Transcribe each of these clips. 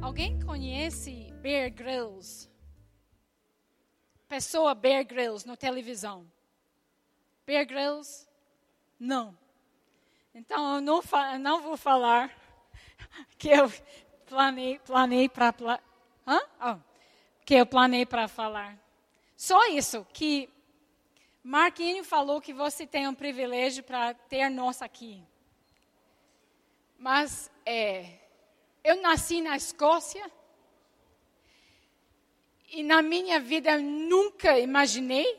Alguém conhece Bear Grylls? Pessoa Bear Grylls na televisão. Bear Grylls? Não. Então, eu não vou falar que eu planei para falar. Só isso, que Marquinhos falou que você tem um privilégio para ter nós aqui. Mas eu nasci na Escócia e na minha vida eu nunca imaginei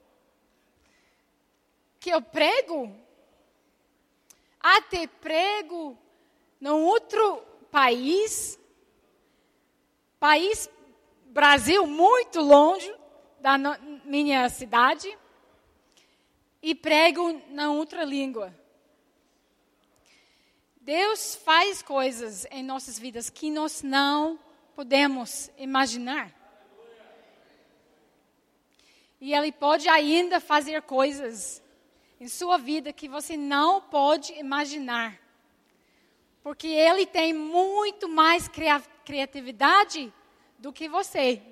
que eu prego num outro país Brasil, muito longe da minha cidade, e prego na outra língua. Deus faz coisas em nossas vidas que nós não podemos imaginar. E Ele pode ainda fazer coisas em sua vida que você não pode imaginar. Porque Ele tem muito mais criatividade do que você.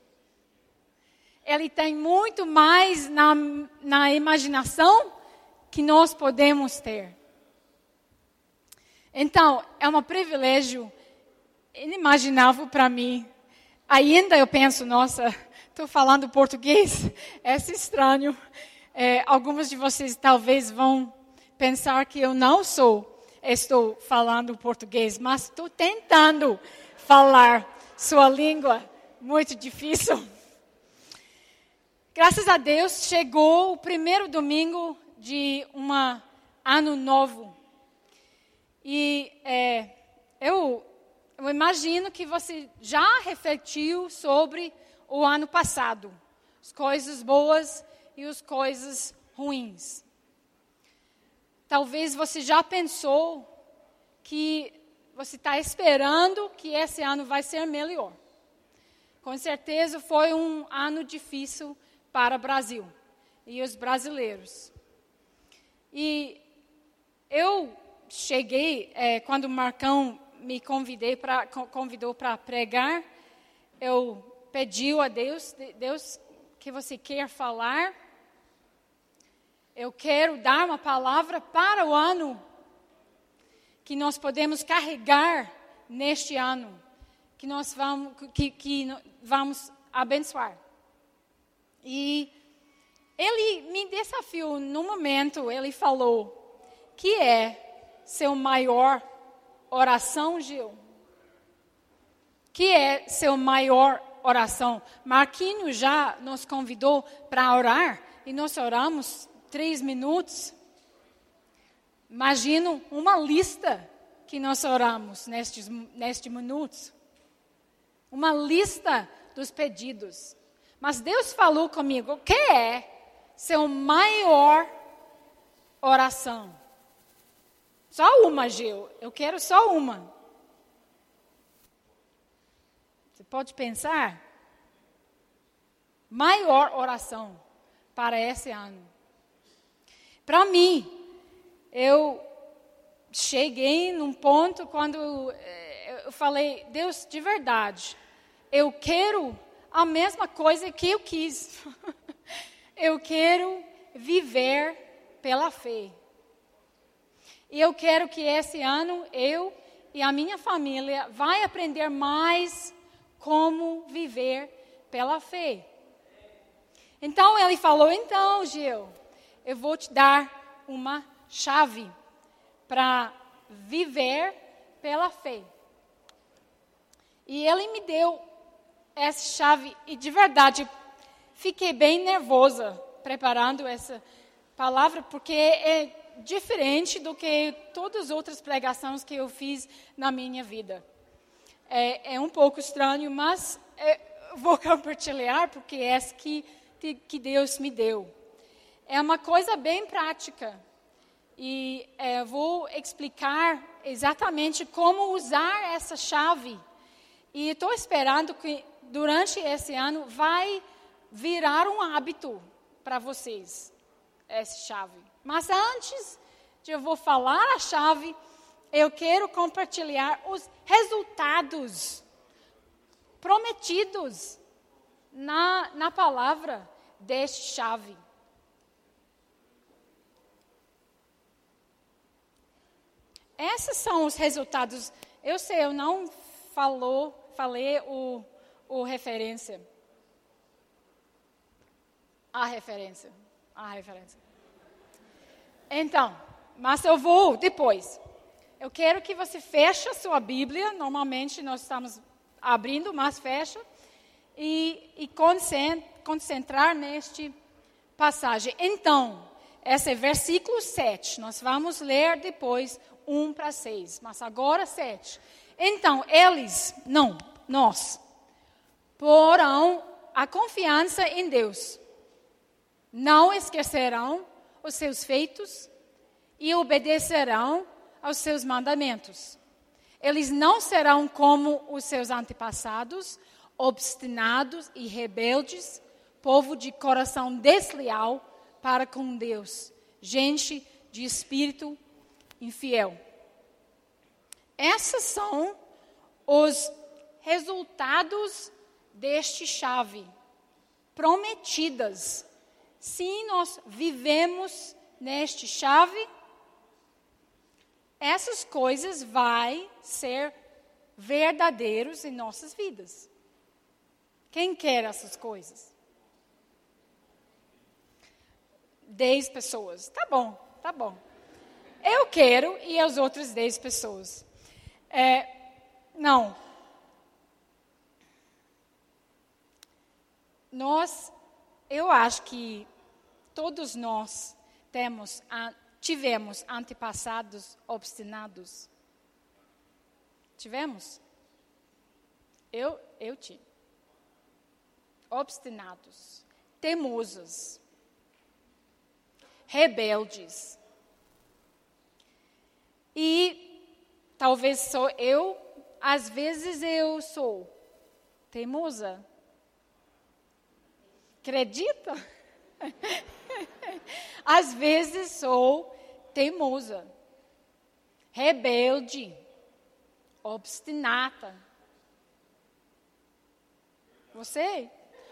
Ele tem muito mais na imaginação que nós podemos ter. Então, é um privilégio inimaginável para mim. Ainda eu penso, nossa, estou falando português, é estranho. Alguns de vocês talvez vão pensar que eu não estou falando português, mas estou tentando falar sua língua, muito difícil. Graças a Deus, chegou o primeiro domingo de um ano novo. E eu imagino que você já refletiu sobre o ano passado. As coisas boas e as coisas ruins. Talvez você já pensou que você está esperando que esse ano vai ser melhor. Com certeza foi um ano difícil para o Brasil e os brasileiros. E eu cheguei, quando o Marcão me convidou para pregar, eu pedi a Deus, que você quer falar? Eu quero dar uma palavra para o ano que nós podemos carregar neste ano, que nós vamos abençoar. E ele me desafiou no momento, ele falou, que é seu maior oração, Gil? Que é seu maior oração? Marquinhos já nos convidou para orar e nós oramos 3 minutos. Imagino uma lista que nós oramos nestes minutos. Uma lista dos pedidos. Mas Deus falou comigo, o que é seu maior oração? Só uma, Gil. Eu quero só uma. Você pode pensar? Maior oração para esse ano. Para mim, eu cheguei num ponto quando eu falei, Deus, de verdade, eu quero a mesma coisa que eu quis. Eu quero viver pela fé. E eu quero que esse ano eu e a minha família vai aprender mais como viver pela fé. Então ele falou, então, Gil, eu vou te dar uma chave para viver pela fé. E ele me deu essa chave e de verdade fiquei bem nervosa preparando essa palavra, porque é diferente do que todas as outras pregações que eu fiz na minha vida. É um pouco estranho, mas vou compartilhar porque é essa que Deus me deu. É uma coisa bem prática. E vou explicar exatamente como usar essa chave. E estou esperando que durante esse ano vai virar um hábito para vocês, essa chave. Mas antes de eu vou falar a chave, eu quero compartilhar os resultados prometidos na palavra deste chave. Esses são os resultados. Eu sei, eu não falei o referência. A referência. Então, mas eu vou depois. Eu quero que você feche a sua Bíblia. Normalmente nós estamos abrindo, mas fecha. E concentrar neste passagem. Então, esse é versículo 7. Nós vamos ler depois 1-6. Mas agora 7. Então, nós, porão a confiança em Deus. Não esquecerão os seus feitos e obedecerão aos seus mandamentos. Eles não serão como os seus antepassados, obstinados e rebeldes, povo de coração desleal para com Deus, gente de espírito infiel. Esses são os resultados deste chave, prometidas. Se nós vivemos neste chave, essas coisas vão ser verdadeiros em nossas vidas. Quem quer essas coisas? 10 pessoas. Tá bom. Eu quero e as outras 10 pessoas. Não. Eu acho que todos nós tivemos antepassados obstinados. Tivemos? Eu tive. Obstinados, teimosos, rebeldes. E talvez às vezes eu sou teimosa. Acredita? Às vezes sou teimosa, rebelde, obstinada. Você?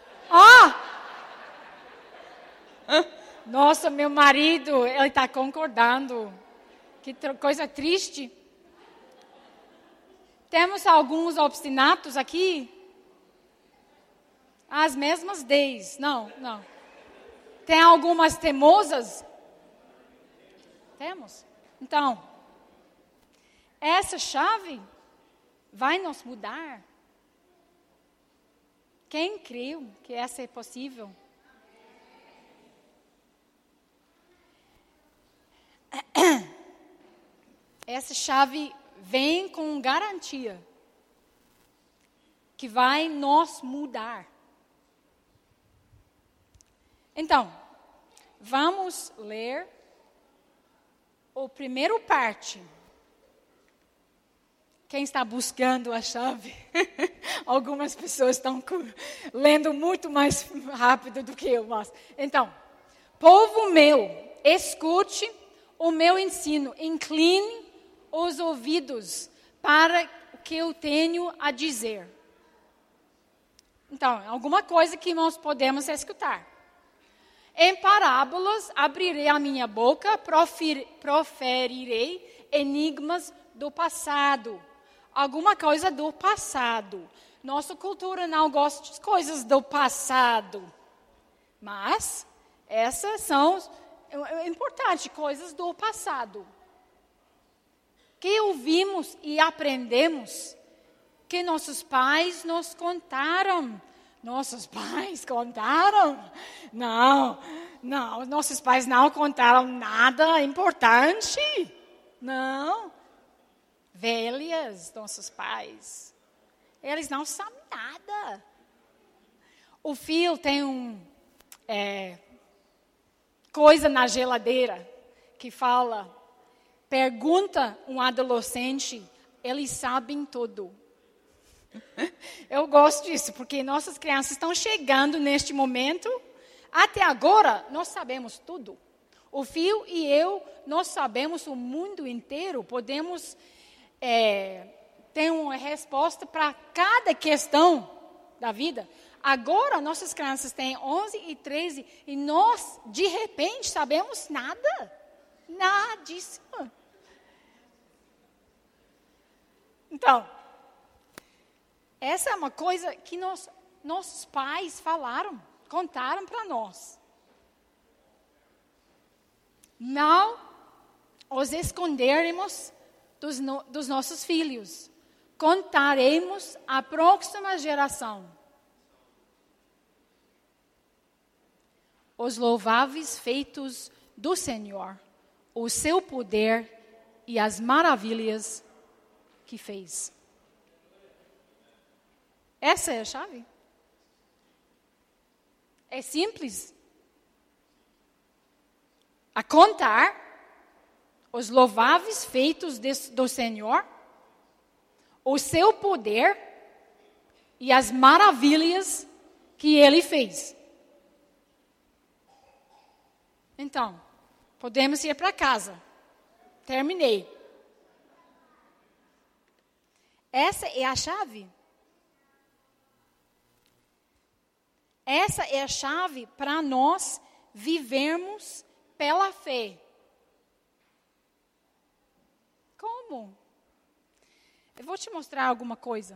Nossa, meu marido, ele está concordando. Que coisa triste. Temos alguns obstinados aqui? As mesmas 10. Não. Tem algumas teimosas? Temos. Então, essa chave vai nos mudar. Quem creu que essa é possível? Essa chave vem com garantia que vai nos mudar. Então, vamos ler a primeira parte. Quem está buscando a chave? Algumas pessoas estão lendo muito mais rápido do que eu. Então, povo meu, escute o meu ensino, incline os ouvidos para o que eu tenho a dizer. Então, alguma coisa que nós podemos escutar. Em parábolas abrirei a minha boca, proferirei enigmas do passado. Alguma coisa do passado. Nossa cultura não gosta de coisas do passado. Mas essas são importantes, coisas do passado. Que ouvimos e aprendemos, que nossos pais nos contaram. Nossos pais contaram? Não, nossos pais não contaram nada importante. Não. Velhas, nossos pais. Eles não sabem nada. O filho tem coisa na geladeira que fala, pergunta um adolescente, eles sabem tudo. Eu gosto disso, porque nossas crianças estão chegando neste momento. Até agora, nós sabemos tudo. O filho e eu, nós sabemos o mundo inteiro. Podemos ter uma resposta para cada questão da vida. Agora, nossas crianças têm 11 e 13 e nós, de repente, sabemos nada. Nadíssimo. Então, essa é uma coisa que nossos pais contaram para nós. Não os esconderemos dos nossos filhos. Contaremos à próxima geração os louváveis feitos do Senhor, o seu poder e as maravilhas que fez. Essa é a chave. É simples. A contar os louváveis feitos do Senhor, o seu poder e as maravilhas que Ele fez. Então, podemos ir para casa. Terminei. Essa é a chave. Essa é a chave para nós vivermos pela fé. Como? Eu vou te mostrar alguma coisa.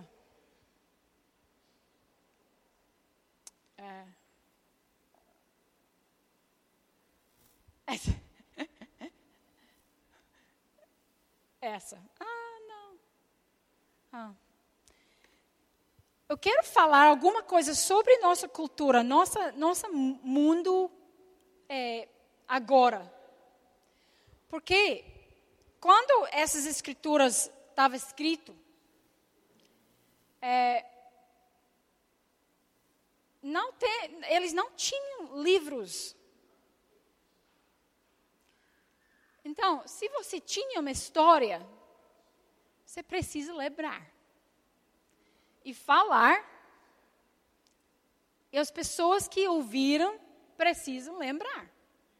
Essa. Não. Eu quero falar alguma coisa sobre nossa cultura, nosso mundo agora. Porque quando essas escrituras estavam escritas, eles não tinham livros. Então, se você tinha uma história, você precisa lembrar. E falar, e as pessoas que ouviram precisam lembrar.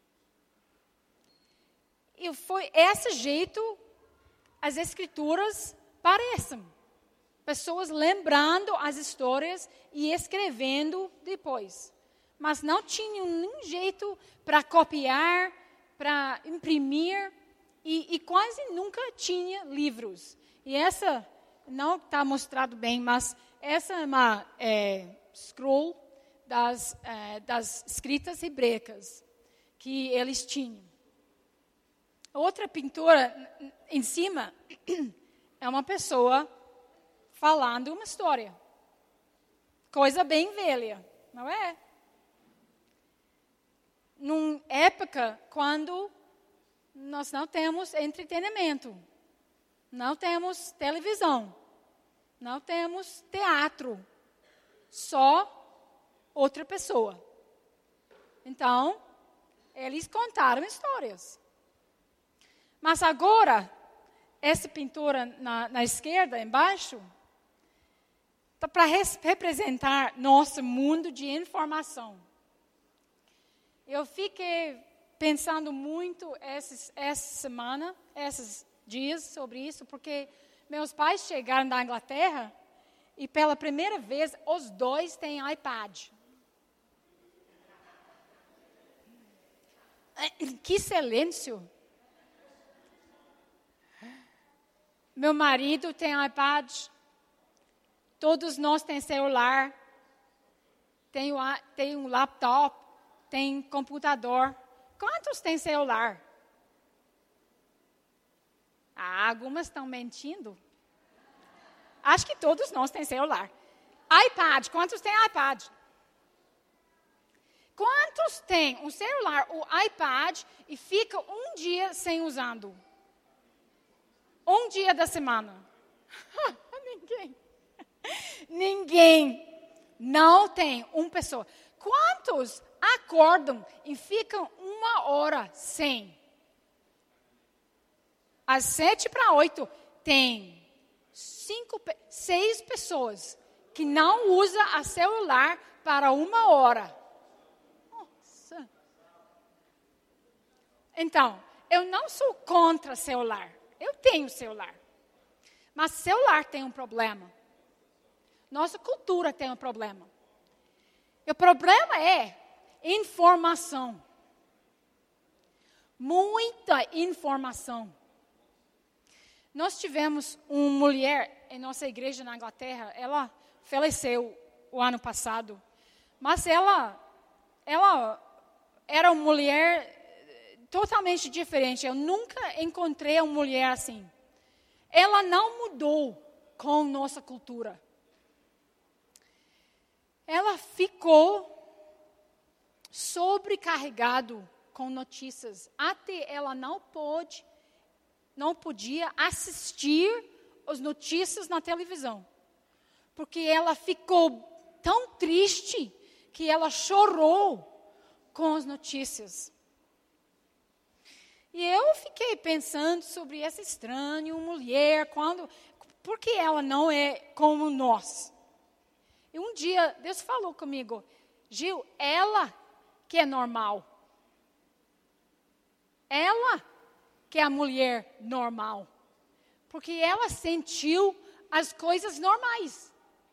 E foi esse jeito as escrituras parecem. Pessoas lembrando as histórias e escrevendo depois. Mas não tinham nenhum jeito para copiar, para imprimir, e quase nunca tinha livros. E essa, não está mostrado bem, mas essa é uma scroll das escritas hebreicas que eles tinham. Outra pintura em cima é uma pessoa falando uma história. Coisa bem velha, não é? Numa época quando nós não temos entretenimento, não temos televisão, não temos teatro, só outra pessoa. Então, eles contaram histórias. Mas agora, essa pintura na esquerda, embaixo, está para representar nosso mundo de informação. Eu fiquei pensando muito essa semana, esses dias sobre isso, porque meus pais chegaram da Inglaterra e pela primeira vez os dois têm iPad. Que silêncio! Meu marido tem iPad, todos nós temos celular, tem um laptop, tem computador. Quantos têm celular? Algumas estão mentindo. Acho que todos nós temos celular. iPad, quantos têm iPad? Quantos têm um celular, o iPad, e fica um dia sem usando? Um dia da semana. Ninguém. Ninguém. Não tem uma pessoa. Quantos acordam e ficam 1 hora sem? Às 7:50, tem 6 pessoas que não usam a celular para 1 hora. Nossa. Então, eu não sou contra celular. Eu tenho celular. Mas celular tem um problema. Nossa cultura tem um problema. E o problema é informação. Muita informação. Nós tivemos uma mulher em nossa igreja na Inglaterra, ela faleceu o ano passado, mas ela era uma mulher totalmente diferente. Eu nunca encontrei uma mulher assim. Ela não mudou com nossa cultura. Ela ficou sobrecarregado com notícias, até ela não podia assistir as notícias na televisão, porque ela ficou tão triste que ela chorou com as notícias. E eu fiquei pensando sobre essa estranha mulher, por que ela não é como nós? E um dia Deus falou comigo, Gil, ela que é normal. Ela que é a mulher normal. Porque ela sentiu as coisas normais.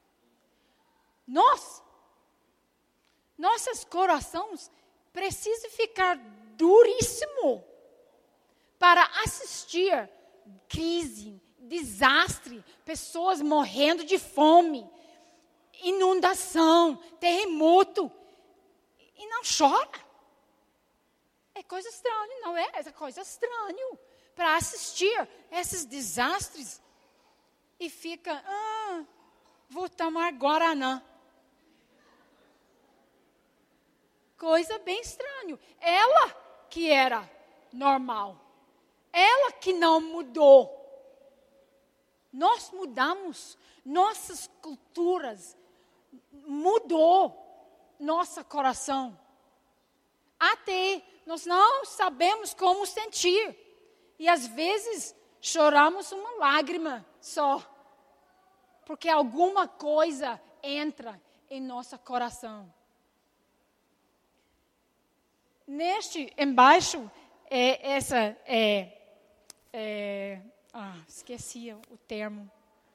Nossos corações precisam ficar duríssimo para assistir crise, desastre, pessoas morrendo de fome, inundação, terremoto, e não chora. É coisa estranha, não é? É coisa estranha para assistir esses desastres e fica, vou tomar Guaraná. Coisa bem estranha. Ela que era normal. Ela que não mudou. Nós mudamos. Nossas culturas mudou nosso coração. Até nós não sabemos como sentir. E às vezes choramos uma lágrima só. Porque alguma coisa entra em nosso coração. Embaixo, esqueci o termo.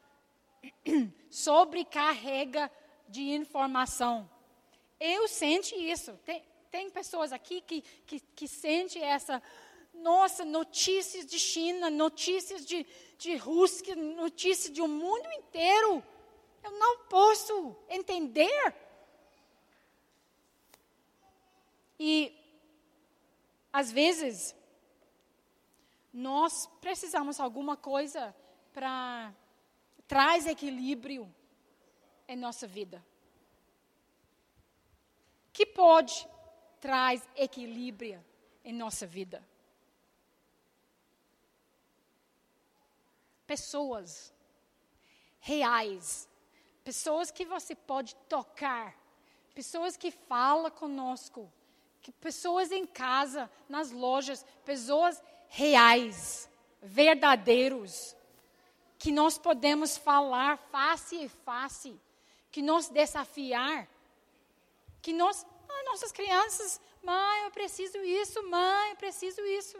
Sobrecarrega de informação. Eu sinto isso. Tem pessoas aqui que sentem essa, notícias de China, notícias de Rússia, notícias do mundo inteiro. Eu não posso entender. E, às vezes, nós precisamos de alguma coisa para trazer equilíbrio em nossa vida. Que pode trazer equilíbrio em nossa vida? Pessoas reais, pessoas que você pode tocar, pessoas que falam conosco, pessoas em casa, nas lojas, pessoas reais, verdadeiros, que nós podemos falar face a face, que nos desafiar, que nossas crianças, mãe, eu preciso isso, mãe, eu preciso isso.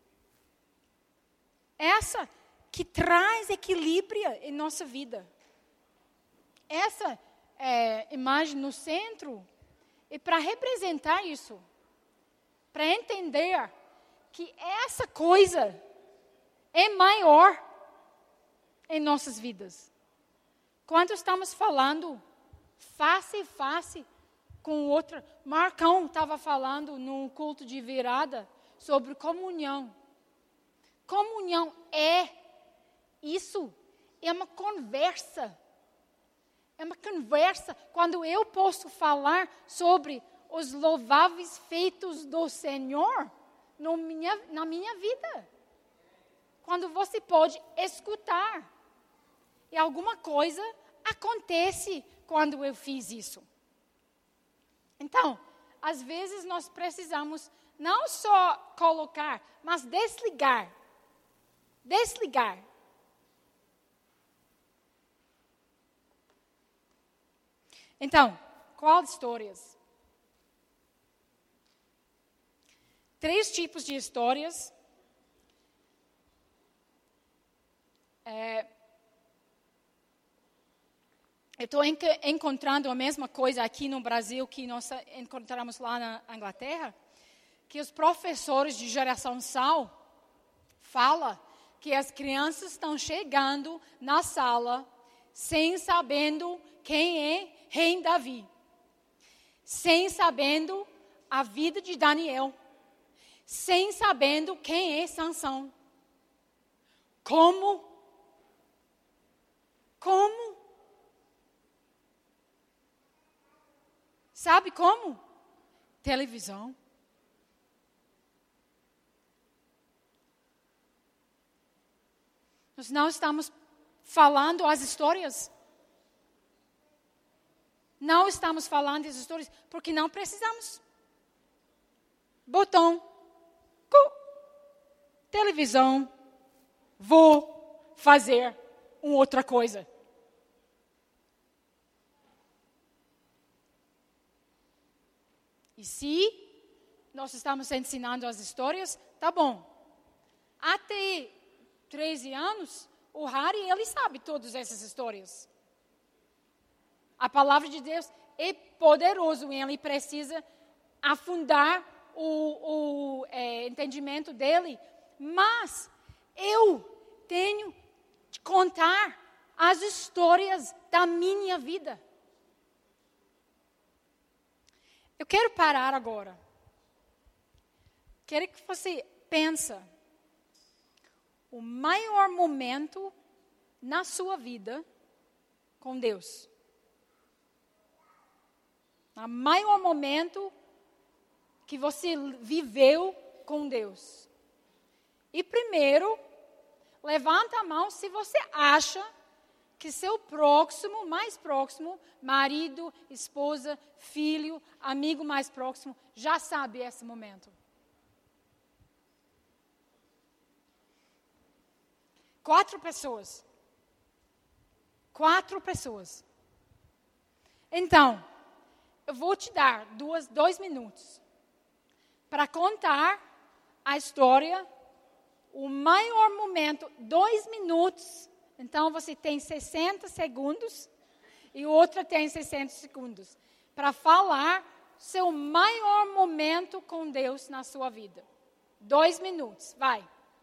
Essa que traz equilíbrio em nossa vida. Essa imagem no centro é para representar isso, para entender que essa coisa é maior em nossas vidas. Quando estamos falando face a face com o outro, Marcão estava falando no culto de virada sobre comunhão. Comunhão é isso, é uma conversa. É uma conversa quando eu posso falar sobre os louváveis feitos do Senhor na minha vida. Quando você pode escutar. E alguma coisa acontece quando eu fiz isso. Então, às vezes nós precisamos não só colocar, mas desligar. Desligar. Então, qual histórias? 3 tipos de histórias. eu estou encontrando a mesma coisa aqui no Brasil que nós encontramos lá na Inglaterra, que os professores de geração Sal falam que as crianças estão chegando na sala sem sabendo quem é rei Davi, sem sabendo a vida de Daniel, sem sabendo quem é Sansão. Como? Sabe como? Televisão. Nós não estamos falando as histórias. Não estamos falando as histórias porque não precisamos. Botão, televisão, vou fazer uma outra coisa. E se nós estamos ensinando as histórias, tá bom. Até 13 anos, o Harry, ele sabe todas essas histórias. A palavra de Deus é poderoso e ele precisa afundar o entendimento dele. Mas eu tenho de contar as histórias da minha vida. Eu quero parar agora. Quero que você pense o maior momento na sua vida com Deus. O maior momento que você viveu com Deus. E primeiro, levanta a mão se você acha que seu próximo, mais próximo, marido, esposa, filho, amigo mais próximo, já sabe esse momento. 4 pessoas. 4 pessoas. Então, eu vou te dar 2 minutos para contar a história, o maior momento, 2 minutos. Então, você tem 60 segundos e o outro tem 60 segundos para falar seu maior momento com Deus na sua vida. 2 minutos, vai.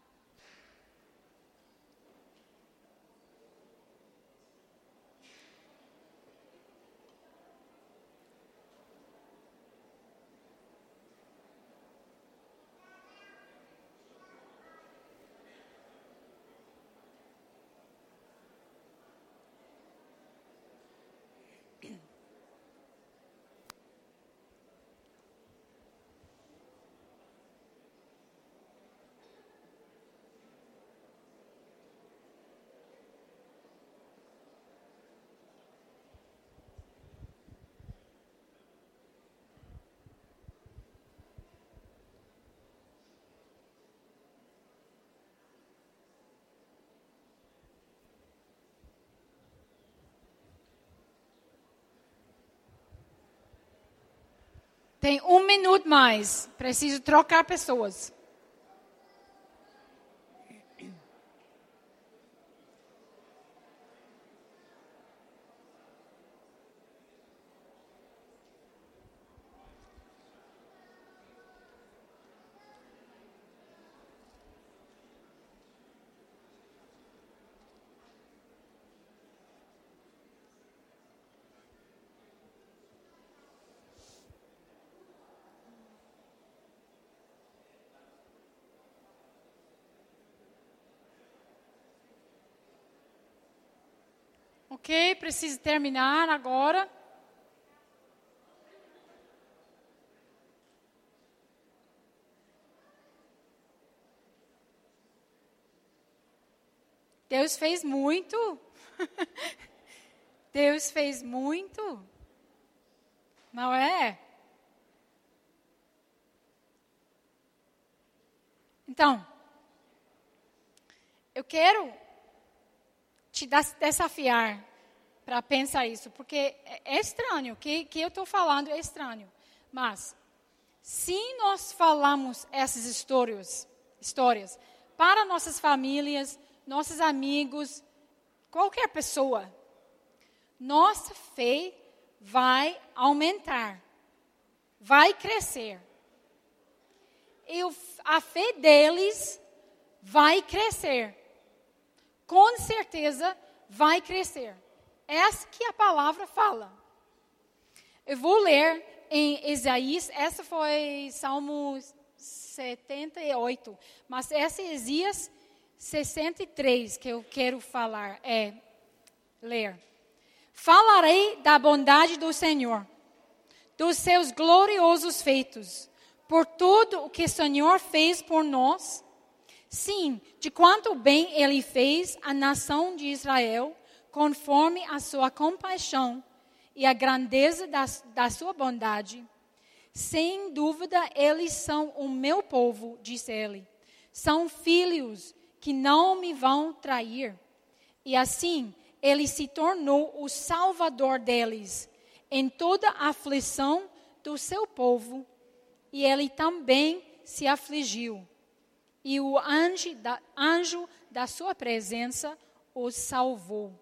Tem 1 minuto mais. Preciso trocar pessoas. Ok, preciso terminar agora. Deus fez muito. Deus fez muito. Não é? Então, eu quero te desafiar para pensar isso, porque é estranho, que eu estou falando é estranho. Mas, se nós falamos essas histórias para nossas famílias, nossos amigos, qualquer pessoa, nossa fé vai aumentar, vai crescer. E a fé deles vai crescer. Com certeza vai crescer. Essa que a palavra fala. Eu vou ler em Isaías, essa foi Salmo 78, mas essa é Isaías 63 que eu quero falar, ler. Falarei da bondade do Senhor, dos seus gloriosos feitos, por tudo o que o Senhor fez por nós. Sim, de quanto bem Ele fez à nação de Israel, conforme a sua compaixão e a grandeza da sua bondade. Sem dúvida, eles são o meu povo, disse ele. São filhos que não me vão trair. E assim, ele se tornou o salvador deles em toda a aflição do seu povo. E ele também se afligiu. E o anjo da sua presença os salvou.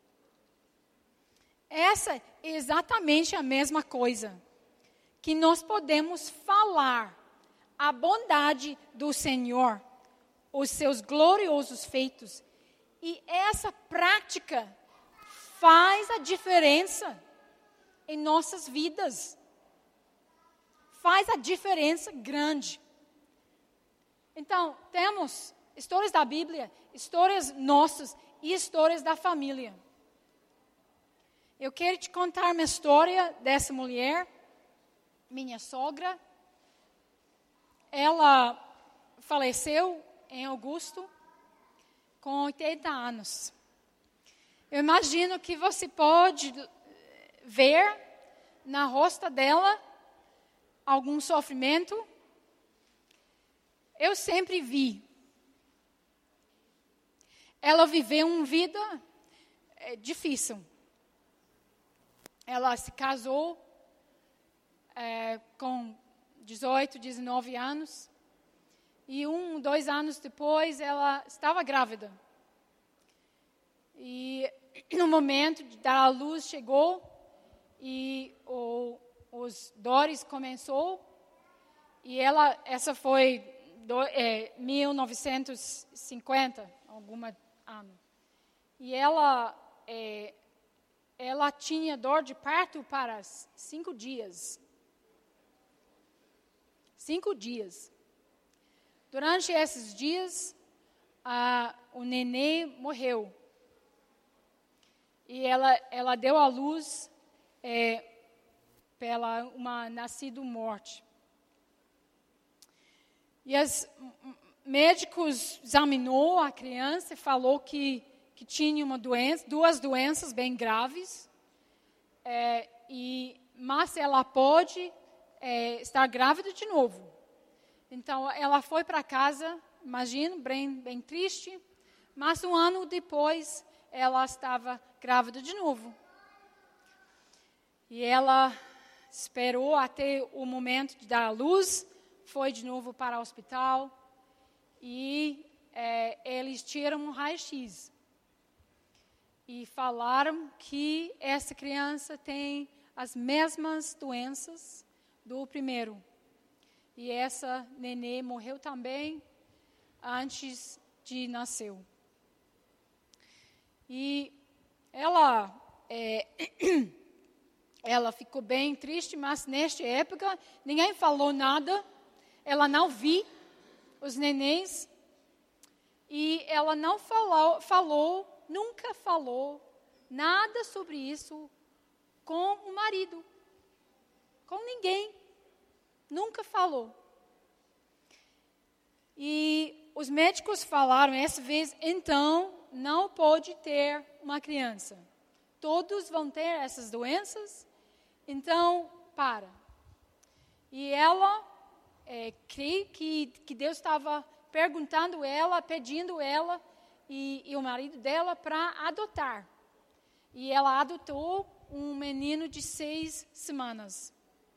Essa é exatamente a mesma coisa que nós podemos falar. A bondade do Senhor, os seus gloriosos feitos. E essa prática faz a diferença em nossas vidas. Faz a diferença grande. Então, temos histórias da Bíblia, histórias nossas e histórias da família. Eu quero te contar uma história dessa mulher, minha sogra. Ela faleceu em agosto com 80 anos. Eu imagino que você pode ver na rosto dela algum sofrimento. Eu sempre vi. Ela viveu uma vida difícil. Ela se casou com 18, 19 anos. E 2 anos depois, ela estava grávida. E no momento de dar à luz, chegou. E os dores começou. E essa foi 1950, algum ano. E ela tinha dor de parto para 5 dias. 5 dias. Durante esses dias, o nenê morreu. E ela deu à luz pela uma nascido morte. E os médicos examinou a criança e falou que tinha uma doença, 2 doenças bem graves. Mas ela pode estar grávida de novo. Então, ela foi para casa, imagino, bem triste. Mas 1 ano depois, ela estava grávida de novo. E ela esperou até o momento de dar à luz, foi de novo para o hospital. E eles tiram um raio-x. E falaram que essa criança tem as mesmas doenças do primeiro. E essa nenê morreu também antes de nascer. E ela ficou bem triste, mas nesta época ninguém falou nada. Ela não viu os nenéns. E ela não nunca falou nada sobre isso com o marido. Com ninguém. Nunca falou. E os médicos falaram, essa vez, então, não pode ter uma criança. Todos vão ter essas doenças, então, para. E ela crê que Deus estava perguntando ela, pedindo ela e o marido dela para adotar. E ela adotou um menino de 6 semanas.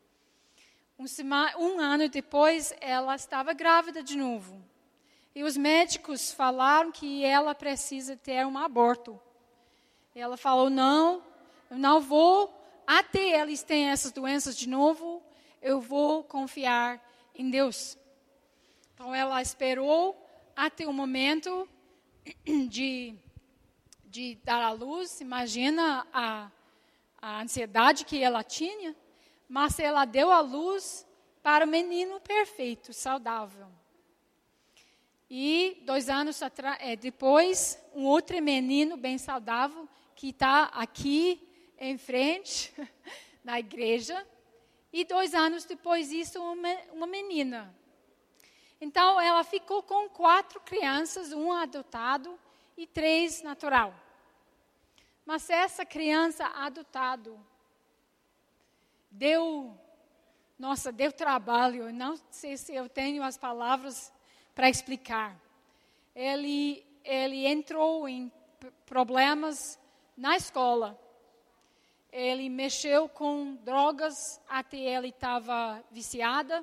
1 ano depois, ela estava grávida de novo. E os médicos falaram que ela precisa ter um aborto. E ela falou, não, Eu não vou, até eles têm essas doenças de novo, eu vou confiar em Deus. Então, ela esperou até o momento de dar à luz. Imagina a ansiedade que ela tinha, mas ela deu à luz para o menino perfeito, saudável. E 2 anos depois, um outro menino bem saudável, que está aqui em frente, na igreja. E 2 anos depois disso, uma menina. Então, ela ficou com 4 crianças, 1 adotado e 3 natural. Mas essa criança adotado deu trabalho. Eu não sei se eu tenho as palavras para explicar. Ele entrou em problemas na escola. Ele mexeu com drogas até ele estava viciada.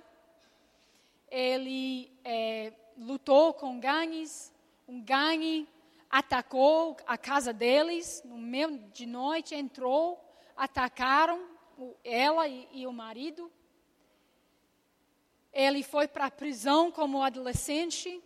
Ele lutou com gangues. Um gangue atacou a casa deles. No meio de noite entrou, atacaram ela e o marido. Ele foi para a prisão como adolescente.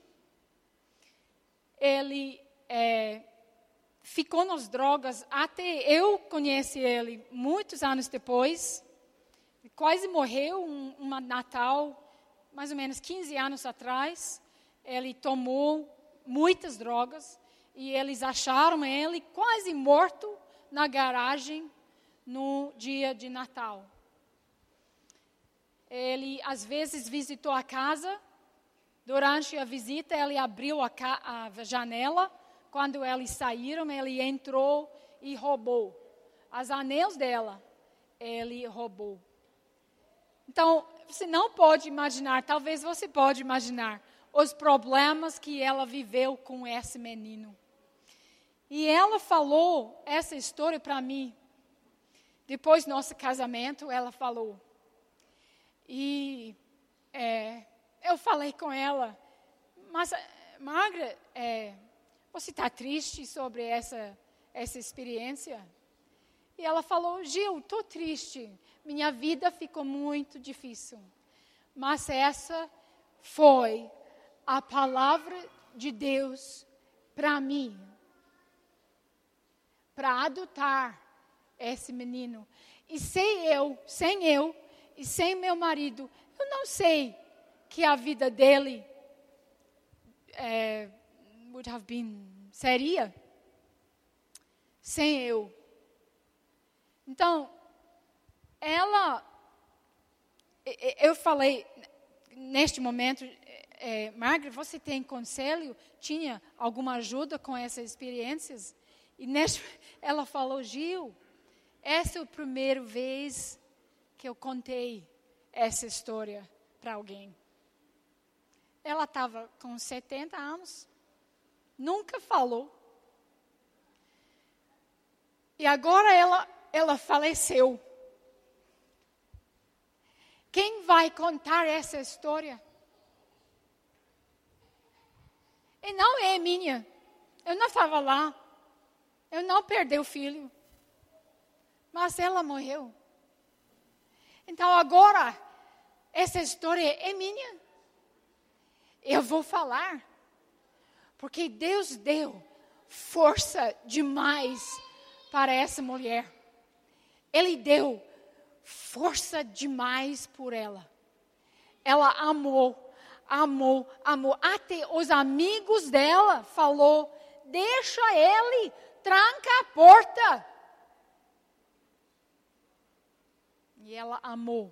Ele ficou nas drogas até eu conheci ele muitos anos depois. Ele quase morreu um Natal, mais ou menos 15 anos atrás. Ele tomou muitas drogas e eles acharam ele quase morto na garagem no dia de Natal. Ele, às vezes, visitou a casa. Durante a visita, ele abriu a janela. Quando eles saíram, ele entrou e roubou. Os anéis dela, ele roubou. Então, você não pode imaginar, talvez você pode imaginar, os problemas que ela viveu com esse menino. E ela falou essa história para mim. Depois do nosso casamento, ela falou. E eu falei com ela, mas, Margaret, você está triste sobre essa experiência? E ela falou, Gil, estou triste. Minha vida ficou muito difícil. Mas essa foi a palavra de Deus para mim. Para adotar esse menino. E sem eu e sem meu marido, eu não sei que a vida dele seria sem eu. Então, eu falei, neste momento, Margaret, você tem conselho? Tinha alguma ajuda com essas experiências? E ela falou, Gil, essa é a primeira vez que eu contei essa história para alguém. Ela estava com 70 anos, nunca falou. E agora ela faleceu. Quem vai contar essa história? E não é minha. Eu não estava lá. Eu não perdi o filho. Mas ela morreu. Então agora, essa história é minha. Eu vou falar. Porque Deus deu força demais para essa mulher. Ele deu força demais por ela. Ela amou. Até os amigos dela falou, deixa ele, tranca a porta. E ela amou,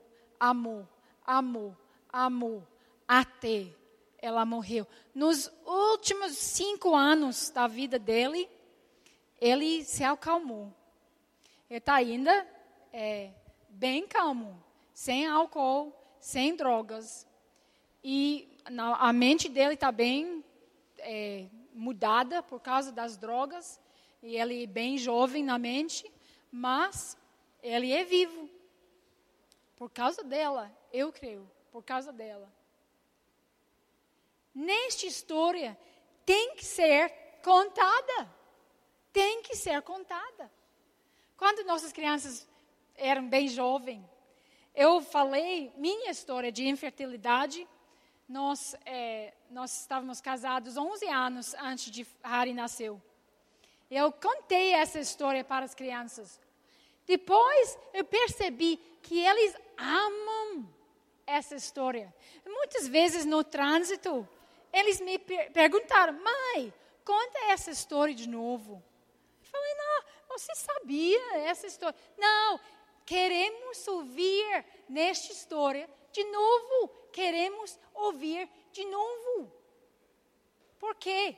até ela morreu. Nos últimos 5 anos da vida dele, ele se acalmou. Ele está ainda bem calmo, sem álcool, sem drogas. E a mente dele está bem mudada por causa das drogas. E ele é bem jovem na mente, mas ele é vivo. Por causa dela, eu creio, por causa dela. Nesta história, tem que ser contada. Tem que ser contada. Quando nossas crianças eram bem jovens, eu falei minha história de infertilidade. Nós estávamos casados 11 anos antes de Harry nasceu. Eu contei essa história para as crianças. Depois eu percebi que eles amam essa história. Muitas vezes no trânsito, eles me perguntaram: mãe, conta essa história de novo. Eu falei: não, você sabia essa história? Não, queremos ouvir nesta história de novo. Queremos ouvir de novo. Por quê?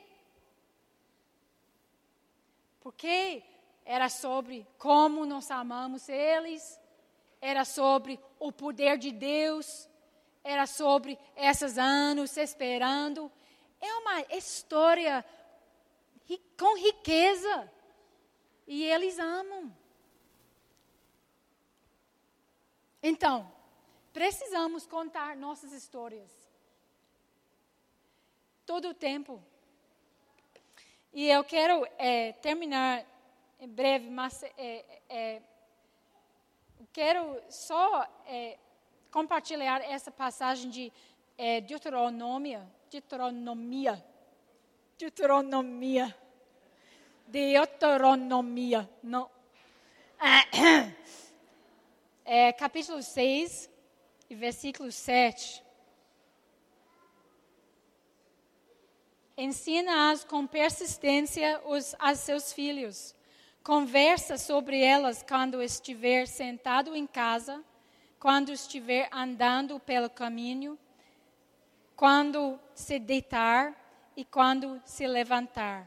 Porque era sobre como nós amamos eles, era sobre o poder de Deus, era sobre esses anos esperando. É uma história com riqueza. E eles amam. Então, precisamos contar nossas histórias. Todo o tempo. E eu quero terminar em breve, mas quero só compartilhar essa passagem de Deuteronomia. Não. Capítulo 6, versículo 7. Ensina-as com persistência a seus filhos. Conversa sobre elas quando estiver sentado em casa, quando estiver andando pelo caminho, quando se deitar e quando se levantar.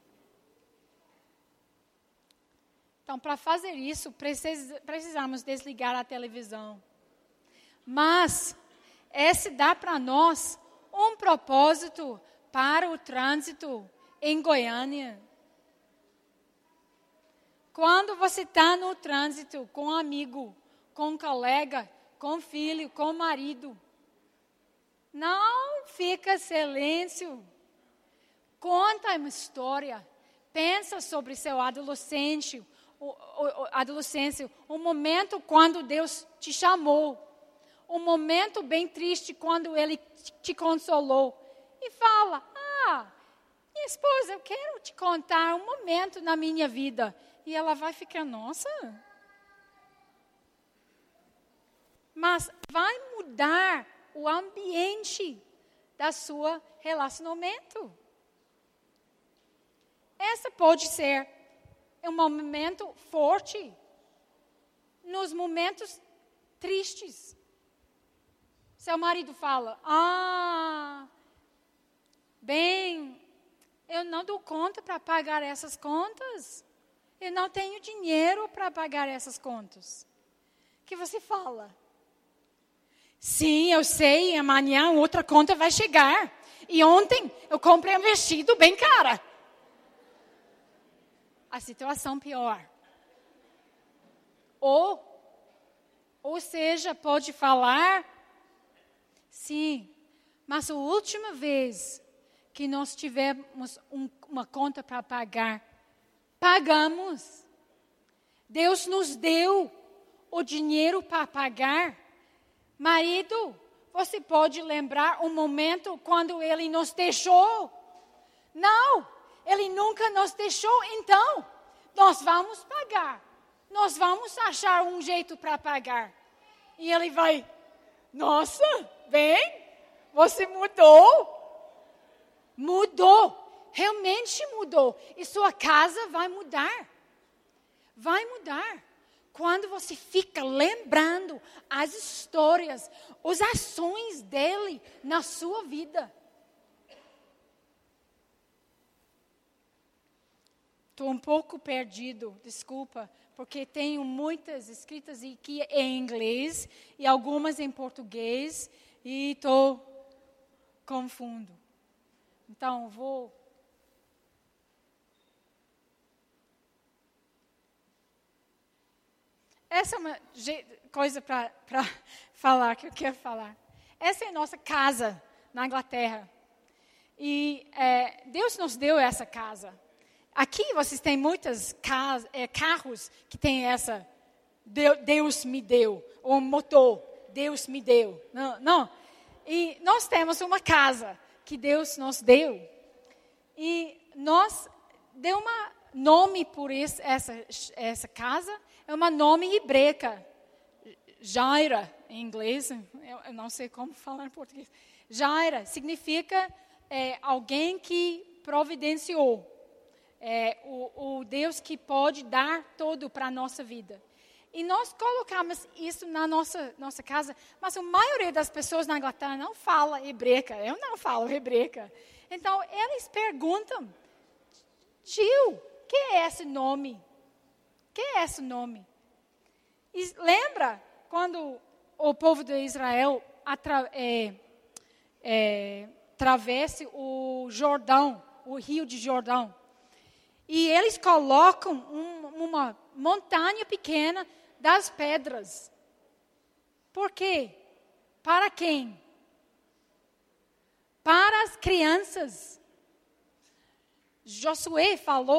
Então, para fazer isso, precisamos desligar a televisão. Mas, esse dá para nós um propósito para o trânsito em Goiânia. Quando você está no trânsito com um amigo, com um colega, com um filho, com um marido, não fica silêncio. Conta uma história. Pensa sobre seu adolescência, um momento quando Deus te chamou. Um momento bem triste quando Ele te consolou. E fala: minha esposa, eu quero te contar um momento na minha vida. E ela vai ficar: nossa. Mas vai mudar o ambiente da sua relacionamento. Essa pode ser um momento forte nos momentos tristes. Seu marido fala: bem, eu não dou conta para pagar essas contas. Eu não tenho dinheiro para pagar essas contas. O que você fala? Sim, eu sei, amanhã outra conta vai chegar. E ontem eu comprei um vestido bem caro. A situação pior. Ou seja, pode falar: sim, mas a última vez que nós tivemos uma conta para pagar, pagamos. Deus nos deu o dinheiro para pagar. Marido, você pode lembrar um momento quando Ele nos deixou? Não, Ele nunca nos deixou. Então, nós vamos pagar. Nós vamos achar um jeito para pagar. E Ele vai: nossa, bem, você mudou. Mudou, realmente mudou. E sua casa vai mudar. Vai mudar. Quando você fica lembrando as histórias, as ações dele na sua vida. Estou um pouco perdido, desculpa, porque tenho muitas escritas aqui em inglês e algumas em português e estou confundo. Então, vou... Essa é uma coisa para falar, que eu quero falar. Essa é a nossa casa na Inglaterra. E Deus nos deu essa casa. Aqui vocês têm muitos carros que tem essa, Deus me deu, ou motor, Deus me deu. Não. E nós temos uma casa que Deus nos deu. E nós deu um nome por essa casa, é um nome hebraica. Jaira, em inglês, eu não sei como falar em português. Jaira significa alguém que providenciou. O Deus que pode dar tudo para a nossa vida. E nós colocamos isso na nossa casa, mas a maioria das pessoas na Inglaterra não fala hebraica. Eu não falo hebraica. Então, eles perguntam, tio, o que é esse nome? O que é esse nome? E lembra quando o povo de Israel atravessa o Jordão, o rio de Jordão? E eles colocam uma montanha pequena das pedras. Por quê? Para quem? Para as crianças. Josué.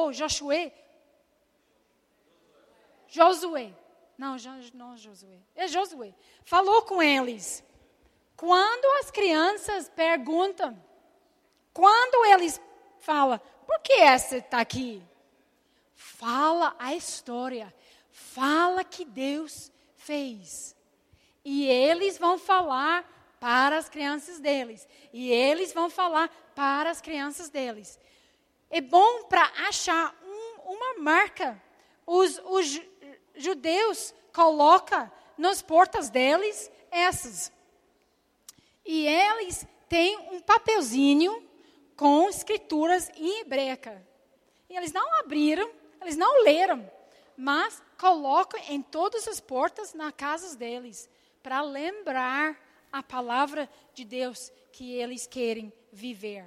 Não Josué. É Josué. Falou com eles. Quando as crianças perguntam, quando eles falam, por que essa está aqui? Fala a história. Fala que Deus fez. E eles vão falar para as crianças deles. E eles vão falar para as crianças deles. É bom para achar uma marca. Os judeus colocam nas portas deles essas. E eles têm um papelzinho com escrituras em hebraica. E eles não abriram, eles não leram, mas colocam em todas as portas nas casas deles, para lembrar a palavra de Deus que eles querem viver.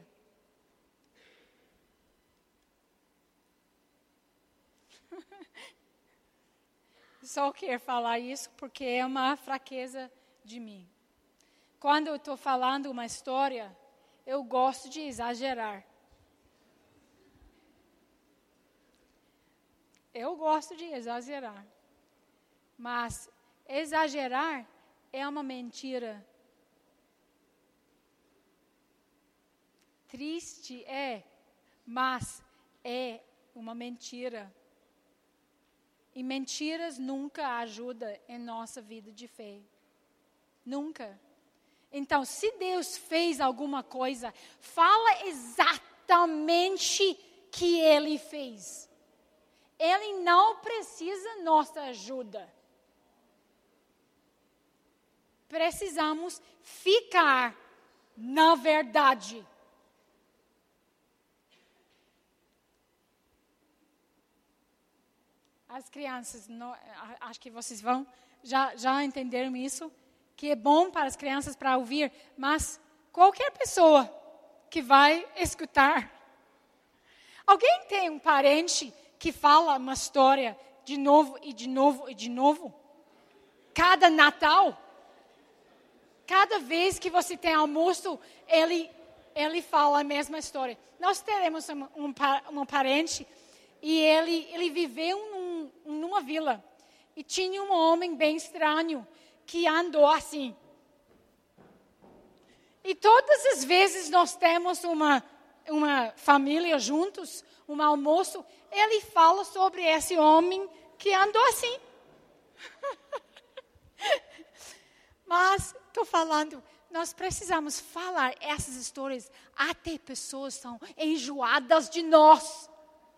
Só quero falar isso porque é uma fraqueza de mim. Quando eu estou falando uma história, eu gosto de exagerar. Eu gosto de exagerar. Mas exagerar é uma mentira. Triste mas é uma mentira. E mentiras nunca ajudam em nossa vida de fé. Nunca. Então, se Deus fez alguma coisa, fala exatamente que Ele fez. Ele não precisa nossa ajuda. Precisamos ficar na verdade. As crianças, acho que vocês já entenderam isso, que é bom para as crianças para ouvir, mas qualquer pessoa que vai escutar. Alguém tem um parente que fala uma história de novo e de novo e de novo? Cada Natal? Cada vez que você tem almoço, ele fala a mesma história. Nós teremos um parente e ele viveu numa vila. E tinha um homem bem estranho que andou assim. E todas as vezes nós temos uma família juntos, um almoço, ele fala sobre esse homem que andou assim. Mas estou falando, nós precisamos falar essas histórias até pessoas são enjoadas de nós.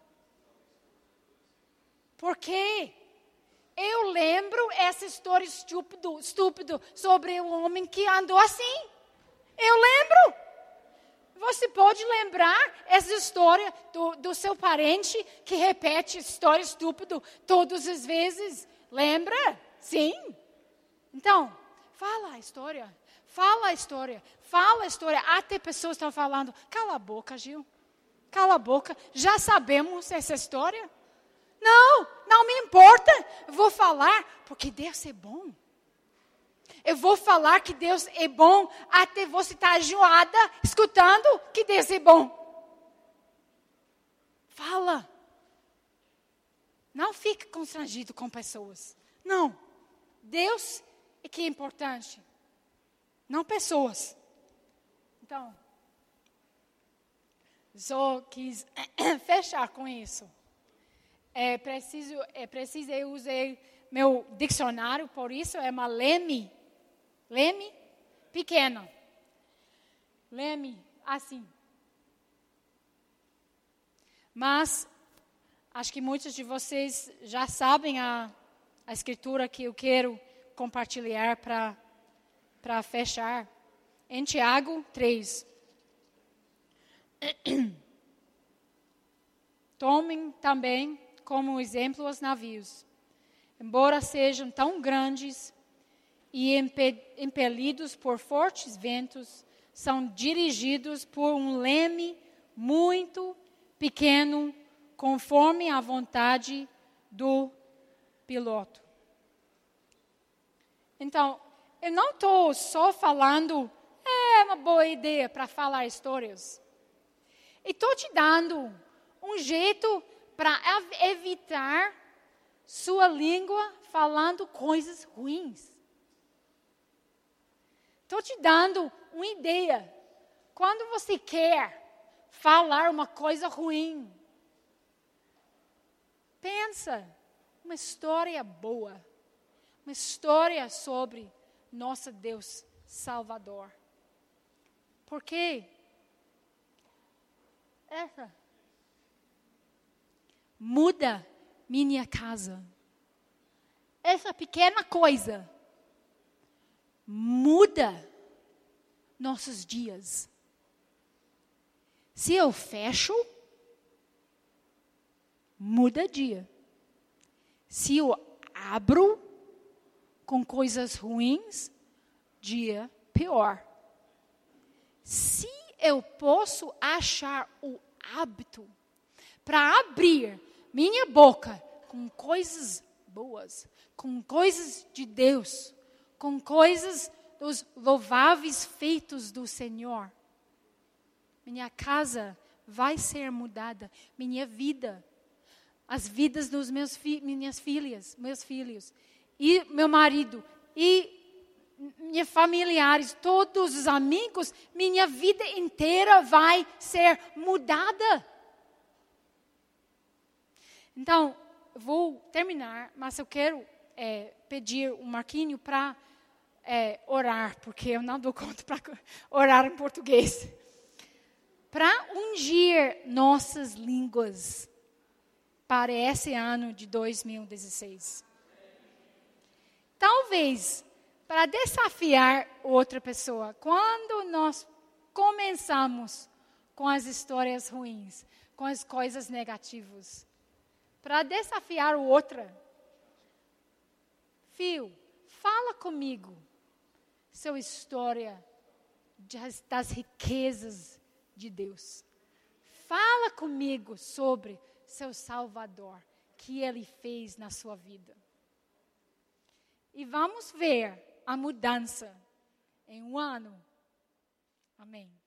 Por quê? Eu lembro essa história estúpido sobre o homem que andou assim. Eu lembro. Você pode lembrar essa história do seu parente que repete história estúpida todas as vezes? Lembra? Sim. Então, fala a história. Fala a história. Fala a história. Até pessoas estão falando, cala a boca, Gil. Cala a boca. Já sabemos essa história. Não me importa. Eu vou falar porque Deus é bom. Eu vou falar que Deus é bom até você estar enjoada escutando que Deus é bom. Fala. Não fique constrangido com pessoas. Não. Deus é que é importante. Não pessoas. Então, só quis fechar com isso. É preciso eu usei meu dicionário, por isso é uma leme pequena. Leme, assim. Mas, acho que muitos de vocês já sabem a escritura que eu quero compartilhar para fechar. Em Tiago 3. Tomem também como exemplo os navios. Embora sejam tão grandes e impelidos por fortes ventos, são dirigidos por um leme muito pequeno, conforme a vontade do piloto. Então, eu não estou só falando, é uma boa ideia para falar histórias. E estou te dando um jeito para evitar sua língua falando coisas ruins. Estou te dando uma ideia. Quando você quer falar uma coisa ruim, pensa uma história boa. Uma história sobre nosso Deus Salvador. Porque essa muda minha casa. Essa pequena coisa muda nossos dias. Se eu fecho, muda dia. Se eu abro com coisas ruins, dia pior. Se eu posso achar o hábito para abrir minha boca com coisas boas, com coisas de Deus, com coisas dos louváveis feitos do Senhor, minha casa vai ser mudada, minha vida, as vidas dos minhas filhas, meus filhos, e meu marido, e meus familiares, todos os amigos, minha vida inteira vai ser mudada. Então, vou terminar, mas eu quero pedir o Marquinho para orar, porque eu não dou conta para orar em português. Para ungir nossas línguas para esse ano de 2016. Talvez, para desafiar outra pessoa, quando nós começamos com as histórias ruins, com as coisas negativas, para desafiar outra, filho, fala comigo sua história das riquezas de Deus. Fala comigo sobre seu Salvador, que Ele fez na sua vida. E vamos ver a mudança em um ano. Amém.